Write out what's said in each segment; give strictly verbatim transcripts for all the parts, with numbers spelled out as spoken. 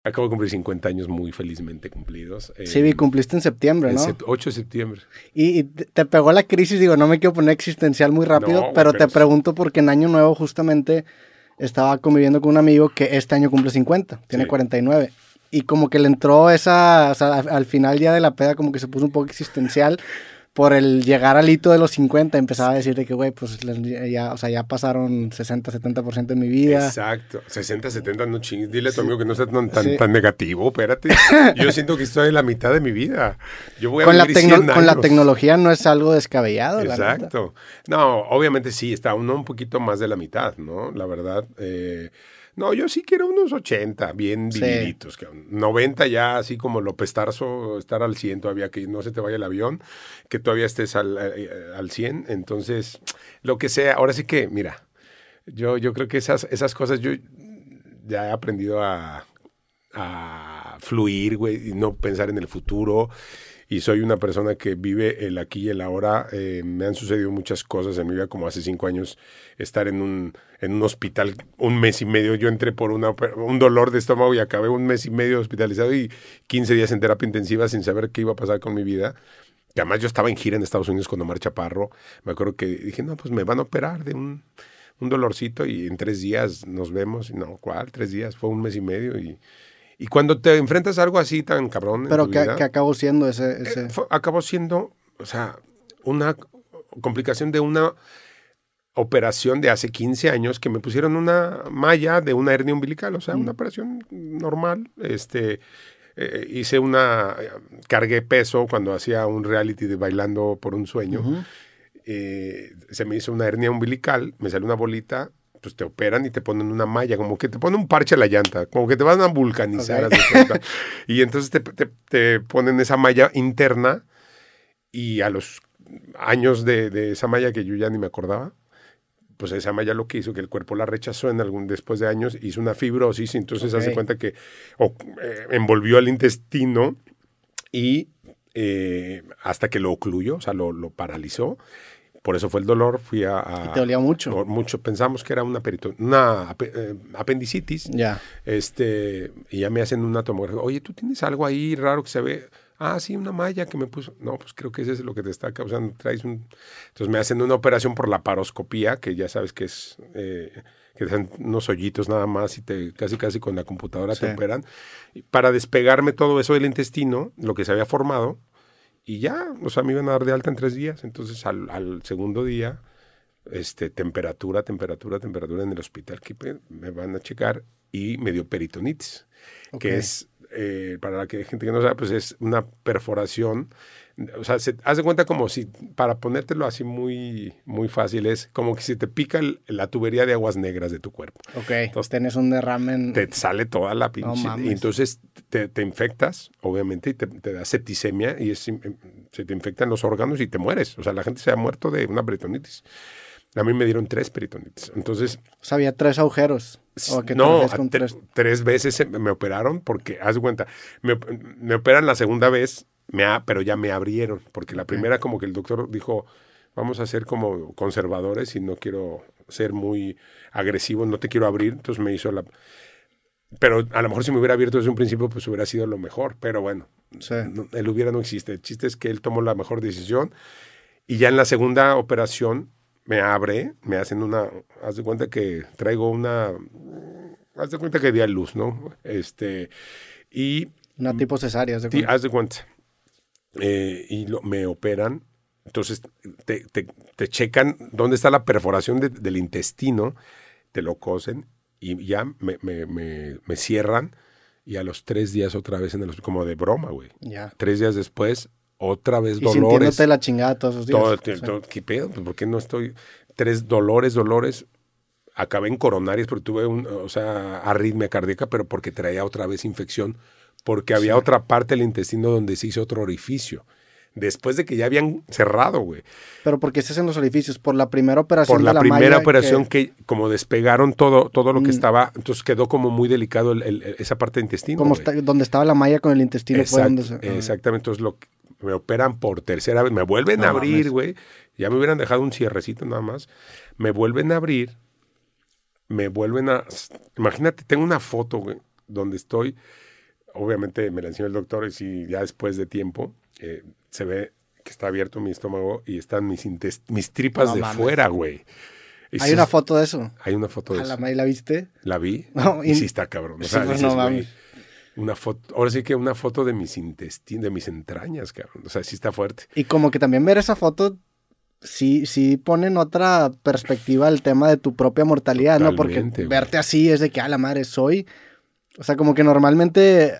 Acabo de cumplir cincuenta años muy felizmente cumplidos. Eh, sí, vi, cumpliste en septiembre, ¿no? ocho de septiembre. Y, y te pegó la crisis, digo, no me quiero poner existencial muy rápido, no, pero, pero te sí. pregunto porque en Año Nuevo justamente estaba conviviendo con un amigo que este año cumple cincuenta, tiene sí. cuarenta y nueve. Y como que le entró esa, o sea, al final ya de la peda como que se puso un poco existencial por el llegar al hito de los cincuenta. Empezaba a decir de que, güey, pues ya, o sea, ya pasaron sesenta, setenta por ciento de mi vida. Exacto, sesenta, setenta, no chingues. Dile a tu amigo que no sea tan, tan, sí. tan negativo, espérate. Yo siento que estoy en la mitad de mi vida. Yo voy a con, la vivir cien con la años. Tecnología no es algo descabellado. Exacto. No, obviamente sí, está uno un poquito más de la mitad, ¿no? La verdad, eh... No, yo sí quiero unos ochenta, bien vividitos. Sí. noventa ya, así como López Tarso, estar al cien todavía, que no se te vaya el avión, que todavía estés al, al cien. Entonces, lo que sea, ahora sí que, mira, yo, yo creo que esas, esas cosas yo ya he aprendido a, a fluir, güey, y no pensar en el futuro. Y soy una persona que vive el aquí y el ahora. Eh, me han sucedido muchas cosas en mi vida, como hace cinco años estar en un, en un hospital un mes y medio. Yo entré por una, un dolor de estómago y acabé un mes y medio hospitalizado y quince días en terapia intensiva sin saber qué iba a pasar con mi vida. Y además yo estaba en gira en Estados Unidos con Omar Chaparro. Me acuerdo que dije, no, pues me van a operar de un, un dolorcito y en tres días nos vemos. Y no, ¿cuál? Tres días, fue un mes y medio y... Y cuando te enfrentas a algo así tan cabrón... ¿Pero en tu que, vida, que acabó siendo ese...? ese... Eh, fue, acabó siendo, o sea, una complicación de una operación de hace quince años que me pusieron una malla de una hernia umbilical, o sea, mm. una operación normal. Este, eh, hice una... Cargué peso cuando hacía un reality de Bailando por un Sueño. Uh-huh. eh, se me hizo una hernia umbilical, me salió una bolita... pues te operan y te ponen una malla, como que te ponen un parche a la llanta, como que te van a vulcanizar. Okay. Y entonces te, te, te ponen esa malla interna y a los años de, de esa malla que yo ya ni me acordaba, pues esa malla lo que hizo, que el cuerpo la rechazó en algún, después de años, hizo una fibrosis y entonces okay. hace cuenta que o, eh, envolvió al intestino y eh, hasta que lo ocluyó, o sea, lo, lo paralizó. Por eso fue el dolor, fui a... a ¿Y te dolía mucho? No, mucho, pensamos que era una, perito, una ap eh, apendicitis. Ya. Yeah. Este, y ya me hacen una tomografía. Oye, ¿tú tienes algo ahí raro que se ve? Ah, sí, una malla que me puso. No, pues creo que ese es lo que te está causando. Traes un... Entonces me hacen una operación por la paroscopía, que ya sabes que es... Eh, que te hacen unos hoyitos nada más y te casi casi con la computadora sí. te operan. Y para despegarme todo eso del intestino, lo que se había formado, y ya, o sea, me iban a dar de alta en tres días. Entonces, al, al segundo día, este, temperatura, temperatura, temperatura en el hospital, que me van a checar y me dio peritonitis, okay. que es, eh, para la que, gente que no sabe, pues es una perforación. O sea, se haz de cuenta como si, para ponértelo así muy, muy fácil, es como que si te pica el, la tubería de aguas negras de tu cuerpo. Ok, entonces tienes un derrame en... Te sale toda la pinche... No, y entonces te, te infectas, obviamente, y te, te da septicemia y es, se te infectan los órganos y te mueres. O sea, la gente se ha muerto de una peritonitis. A mí me dieron tres peritonitis. Entonces... O sea, había tres agujeros. ¿O qué no, con te, tres? tres veces me operaron porque, haz de cuenta, me, me operan la segunda vez... Me ha, pero ya me abrieron, porque la primera como que el doctor dijo, vamos a ser como conservadores y no quiero ser muy agresivo, no te quiero abrir, entonces me hizo la... Pero a lo mejor si me hubiera abierto desde un principio, pues hubiera sido lo mejor, pero bueno, sí. no, el hubiera no existe, el chiste es que él tomó la mejor decisión y ya en la segunda operación me abre, me hacen una, haz de cuenta que traigo una, haz de cuenta que di a luz, ¿no? Este, y... Una tipo cesárea, haz de cuenta. Sí, haz de cuenta. Eh, y lo, me operan, entonces te, te, te checan dónde está la perforación de, del intestino, te lo cosen y ya me, me, me, me cierran y a los tres días otra vez en el como de broma, güey. Ya. Tres días después, otra vez y dolores. Y sintiéndote la chingada todos esos días. Todo, todo, todo, ¿qué pedo? Pues, ¿por qué no estoy? Tres dolores, dolores. Acabé en coronarias porque tuve un, o sea, arritmia cardíaca, pero porque traía otra vez infección. Porque había sí. otra parte del intestino donde se hizo otro orificio. Después de que ya habían cerrado, güey. ¿Pero por qué se hacen los orificios? ¿Por la primera operación Por la, de la primera malla operación que... que como despegaron todo, todo lo que mm. estaba, entonces quedó como muy delicado el, el, esa parte del intestino. Como está, donde estaba la malla con el intestino. Exacto, fue donde se... Exactamente, entonces lo, me operan por tercera vez, me vuelven no, a abrir, güey. Ya me hubieran dejado un cierrecito nada más. Me vuelven a abrir, me vuelven a... Imagínate, tengo una foto, güey, donde estoy... obviamente me la enseñó el doctor y sí, ya después de tiempo eh, se ve que está abierto mi estómago y están mis, intest- mis tripas no, de mames. Fuera, güey. ¿Hay eso, una foto de eso? Hay una foto de eso. ¿La, ¿La viste? La vi no, y, y sí está cabrón. O sea, dices, no mames. Güey, una foto, ahora sí que una foto de mis intestinos, de mis entrañas, cabrón. O sea, sí está fuerte. Y como que también ver esa foto sí, sí pone en otra perspectiva el tema de tu propia mortalidad, totalmente, ¿no? Porque güey. Verte así es de que, a la madre, soy... O sea, como que normalmente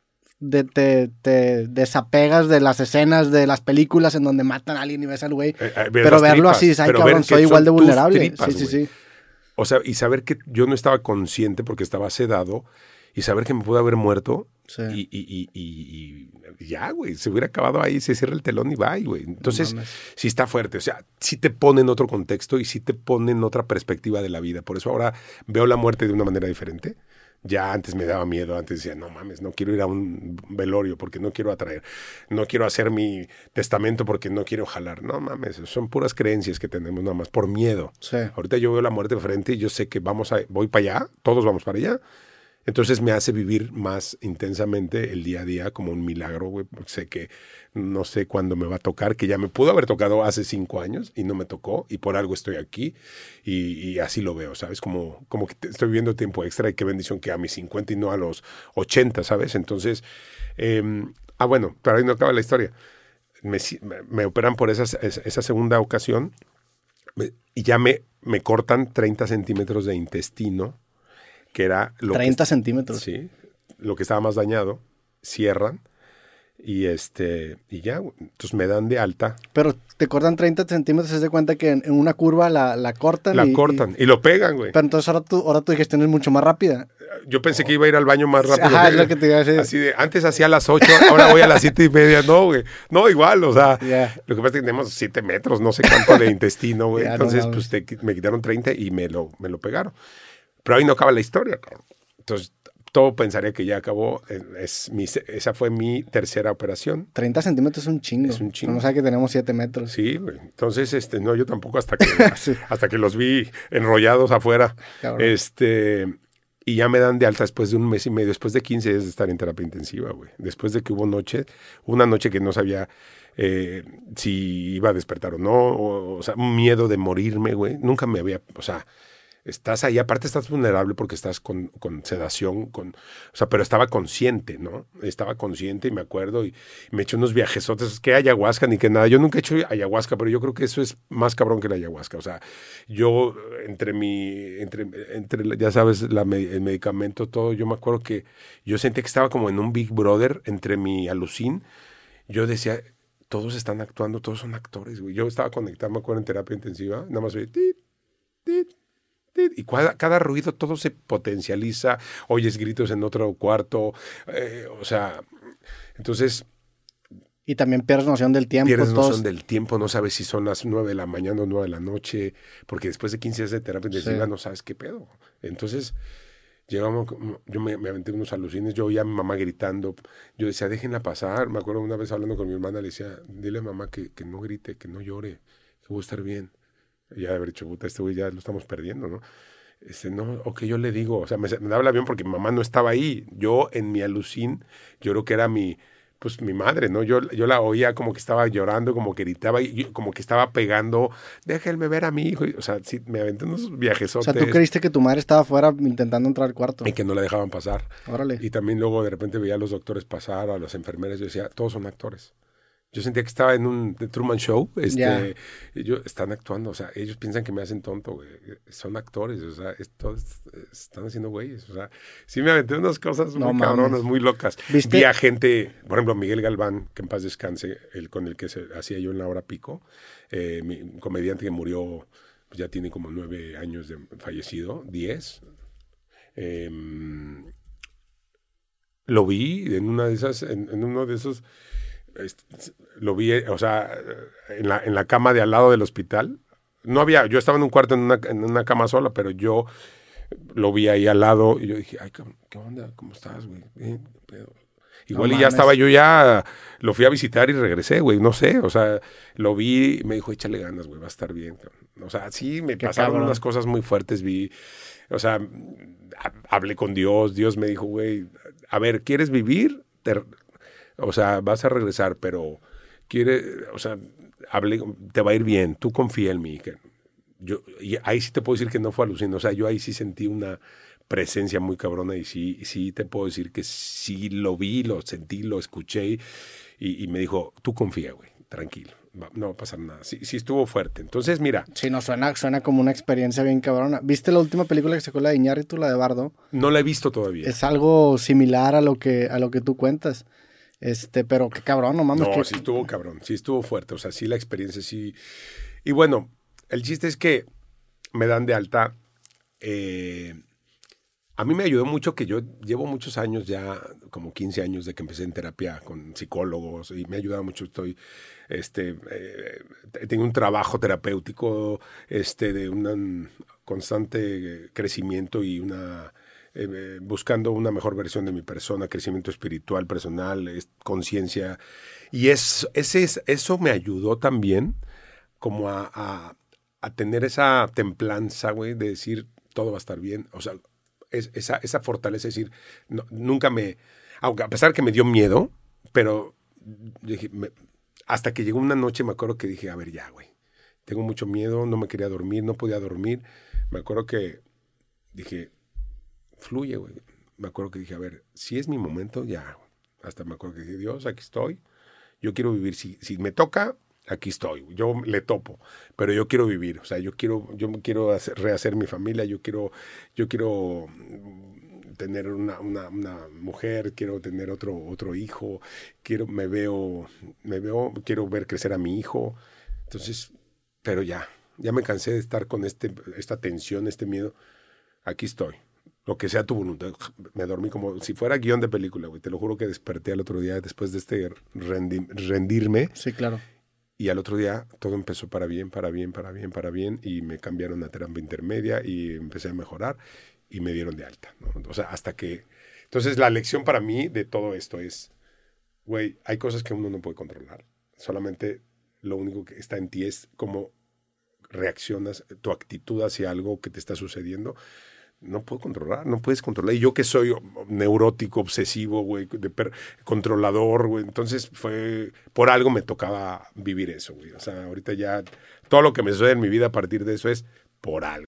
de, te, te desapegas de las escenas de las películas en donde matan a alguien y ves al güey. Eh, eh, pero verlo tripas, así, es, ay, cabrón, soy igual de vulnerable. Tripas, sí, sí, sí. O sea, y saber que yo no estaba consciente porque estaba sedado y saber que me pude haber muerto sí. y, y, y, y, y ya, güey, se hubiera acabado ahí, se cierra el telón y bye, güey. Entonces, no sí está fuerte. O sea, sí te pone en otro contexto y sí te pone en otra perspectiva de la vida. Por eso ahora veo la muerte de una manera diferente. Ya antes me daba miedo, antes decía, no mames, no quiero ir a un velorio porque no quiero atraer, no quiero hacer mi testamento porque no quiero jalar. No mames, son puras creencias que tenemos nada más, por miedo. Sí. Ahorita yo veo la muerte de frente y yo sé que vamos a, voy para allá, todos vamos para allá. Entonces me hace vivir más intensamente el día a día como un milagro, güey. Sé que no sé cuándo me va a tocar, que ya me pudo haber tocado hace cinco años y no me tocó y por algo estoy aquí y, y así lo veo, ¿sabes? Como, como que estoy viviendo tiempo extra y qué bendición que a mis cincuenta y no a los ochenta, ¿sabes? Entonces, eh, ah, bueno, pero ahí no acaba la historia. Me, me, me operan por esa, esa segunda ocasión me, y ya me, me cortan treinta centímetros de intestino. Que era lo treinta que, centímetros. Sí, lo que estaba más dañado, cierran y este y ya, entonces me dan de alta. Pero te cortan treinta centímetros, se de cuenta que en, en una curva la, la cortan. La y, cortan y, y lo pegan, güey. Pero entonces ahora tu, ahora tu digestión es mucho más rápida. Yo pensé oh. que iba a ir al baño más rápido. Ajá, es lo que te iba a decir. Así de, antes hacía a las ocho, ahora voy a las siete y media. No, güey. No, igual, o sea, yeah. Lo que pasa es que tenemos siete metros, no sé cuánto de intestino, güey. Yeah, entonces, no, pues te, me quitaron treinta y me lo, me lo pegaron. Pero ahí no acaba la historia, cabrón. Entonces, todo pensaría que ya acabó. Es mi, esa fue mi tercera operación. treinta centímetros es un chingo. Es un chingo. No sabe que tenemos siete metros. Sí, güey. Entonces, este, no, yo tampoco hasta que, sí. hasta que los vi enrollados afuera. Cabrón. Este, y ya me dan de alta después de un mes y medio, después de quince días de estar en terapia intensiva, güey. Después de que hubo noche, una noche que no sabía eh, si iba a despertar o no, o, o sea, un miedo de morirme, güey. Nunca me había, o sea... Estás ahí, aparte estás vulnerable porque estás con, con sedación, con, o sea, pero estaba consciente, ¿no? Estaba consciente y me acuerdo y, y me eché unos viajesotes, que ayahuasca ni que nada. Yo nunca he hecho ayahuasca, pero yo creo que eso es más cabrón que la ayahuasca. O sea, yo entre mi, entre, entre ya sabes, la, el medicamento, todo, yo me acuerdo que yo sentí que estaba como en un Big Brother entre mi alucín. Yo decía, todos están actuando, todos son actores, güey. Yo estaba conectado, me acuerdo, en terapia intensiva, nada más oí, tit, tit. Y cada, cada ruido todo se potencializa, oyes gritos en otro cuarto, eh, o sea, entonces... Y también pierdes noción del tiempo. Pierdes todos... noción del tiempo, no sabes si son las nueve de la mañana o nueve de la noche, porque después de quince días de terapia intensiva sí. no sabes qué pedo. Entonces, llegamos, yo me, me aventé unos alucines, yo oía a mi mamá gritando, yo decía, déjenla pasar. Me acuerdo una vez hablando con mi hermana, le decía, dile a mamá que, que no grite, que no llore, que voy a estar bien. Ya de haber dicho, puta, este güey ya lo estamos perdiendo, ¿no? Este, no, o que yo le digo, o sea, me, me daba el avión porque mi mamá no estaba ahí. Yo, en mi alucín, yo creo que era mi, pues, mi madre, ¿no? Yo, yo la oía como que estaba llorando, como que gritaba, y yo, como que estaba pegando, déjenme ver a mi hijo. O sea, sí, me aventé unos viajesotes. O sea, ¿tú creíste que tu madre estaba afuera intentando entrar al cuarto? Y que no la dejaban pasar. Órale. Y también luego de repente veía a los doctores pasar, a las enfermeras, yo decía, todos son actores. Yo sentía que estaba en un The Truman Show, este, yeah. ellos están actuando, o sea, ellos piensan que me hacen tonto, güey, son actores, o sea, esto, están haciendo güeyes, o sea, sí me aventé unas cosas no, muy cabronas, mames. Muy locas. ¿Viste? Vi a gente, por ejemplo, Miguel Galván, que en paz descanse, el con el que se, hacía yo en La Hora Pico, eh, mi, un comediante que murió, pues ya tiene como nueve años de fallecido, diez, eh, lo vi en una de esas, en, en uno de esos... Lo vi, o sea, en la, en la cama de al lado del hospital. No había, yo estaba en un cuarto en una, en una cama sola, pero yo lo vi ahí al lado y yo dije, ay, ¿qué onda? ¿Cómo estás, güey? Bien, pedo. Igual no y ya mames. Estaba yo ya, lo fui a visitar y regresé, güey, no sé, o sea, lo vi y me dijo, échale ganas, güey, va a estar bien. O sea, sí, me Qué pasaron cabrón. Unas cosas muy fuertes, vi, o sea, hablé con Dios, Dios me dijo, güey, a ver, ¿quieres vivir? Te, o sea, vas a regresar, pero quiere, o sea, hable, te va a ir bien, tú confía en mí. Que yo, y ahí sí te puedo decir que no fue alucino, o sea, yo ahí sí sentí una presencia muy cabrona y sí, sí te puedo decir que sí lo vi, lo sentí, lo escuché y, y me dijo, tú confía, güey, tranquilo, no va a pasar nada. Sí, sí estuvo fuerte. Entonces, mira. Sí, no, suena, suena como una experiencia bien cabrona. ¿Viste la última película que sacó la de Iñárritu, la de Bardo? No la he visto todavía. Es algo similar a lo que, a lo que tú cuentas. Este, pero qué cabrón, no mames. No, que... sí estuvo cabrón, sí estuvo fuerte. O sea, sí la experiencia, sí. Y bueno, el chiste es que me dan de alta. Eh, a mí me ayudó mucho que yo llevo muchos años ya, como quince años de que empecé en terapia con psicólogos y me ha ayudado mucho. Estoy, este, eh, tengo un trabajo terapéutico, este, de un constante crecimiento y una, eh, buscando una mejor versión de mi persona, crecimiento espiritual, personal, conciencia. Y es, ese, eso me ayudó también como a, a, a tener esa templanza, güey, de decir todo va a estar bien. O sea, Es, esa, esa fortaleza, es decir, no, nunca me, aunque a pesar que me dio miedo, pero dije, me, hasta que llegó una noche me acuerdo que dije, a ver ya, güey, tengo mucho miedo, no me quería dormir, no podía dormir, me acuerdo que dije, fluye, güey, me acuerdo que dije, a ver, si es mi momento, ya, hasta me acuerdo que dije, Dios, aquí estoy, yo quiero vivir, si, si me toca, aquí estoy, yo le topo, pero yo quiero vivir, o sea, yo quiero, yo quiero hacer, rehacer mi familia, yo quiero, yo quiero tener una, una, una mujer, quiero tener otro, otro hijo, quiero, me veo, me veo, quiero ver crecer a mi hijo, entonces, pero ya, ya me cansé de estar con este, esta tensión, este miedo, aquí estoy. Lo que sea tu voluntad. Me dormí como si fuera guión de película, güey. Te lo juro que desperté al otro día después de este rendi- rendirme. Sí, claro. Y al otro día todo empezó para bien, para bien, para bien, para bien. Y me cambiaron a terapia intermedia y empecé a mejorar y me dieron de alta, ¿no? O sea, hasta que... Entonces, la lección para mí de todo esto es, güey, hay cosas que uno no puede controlar. Solamente lo único que está en ti es cómo reaccionas, tu actitud hacia algo que te está sucediendo. No puedo controlar, no puedes controlar. Y yo que soy neurótico, obsesivo, güey, de per- controlador, güey. Entonces fue, por algo me tocaba vivir eso, güey. O sea, ahorita ya, todo lo que me sucede en mi vida a partir de eso es por algo.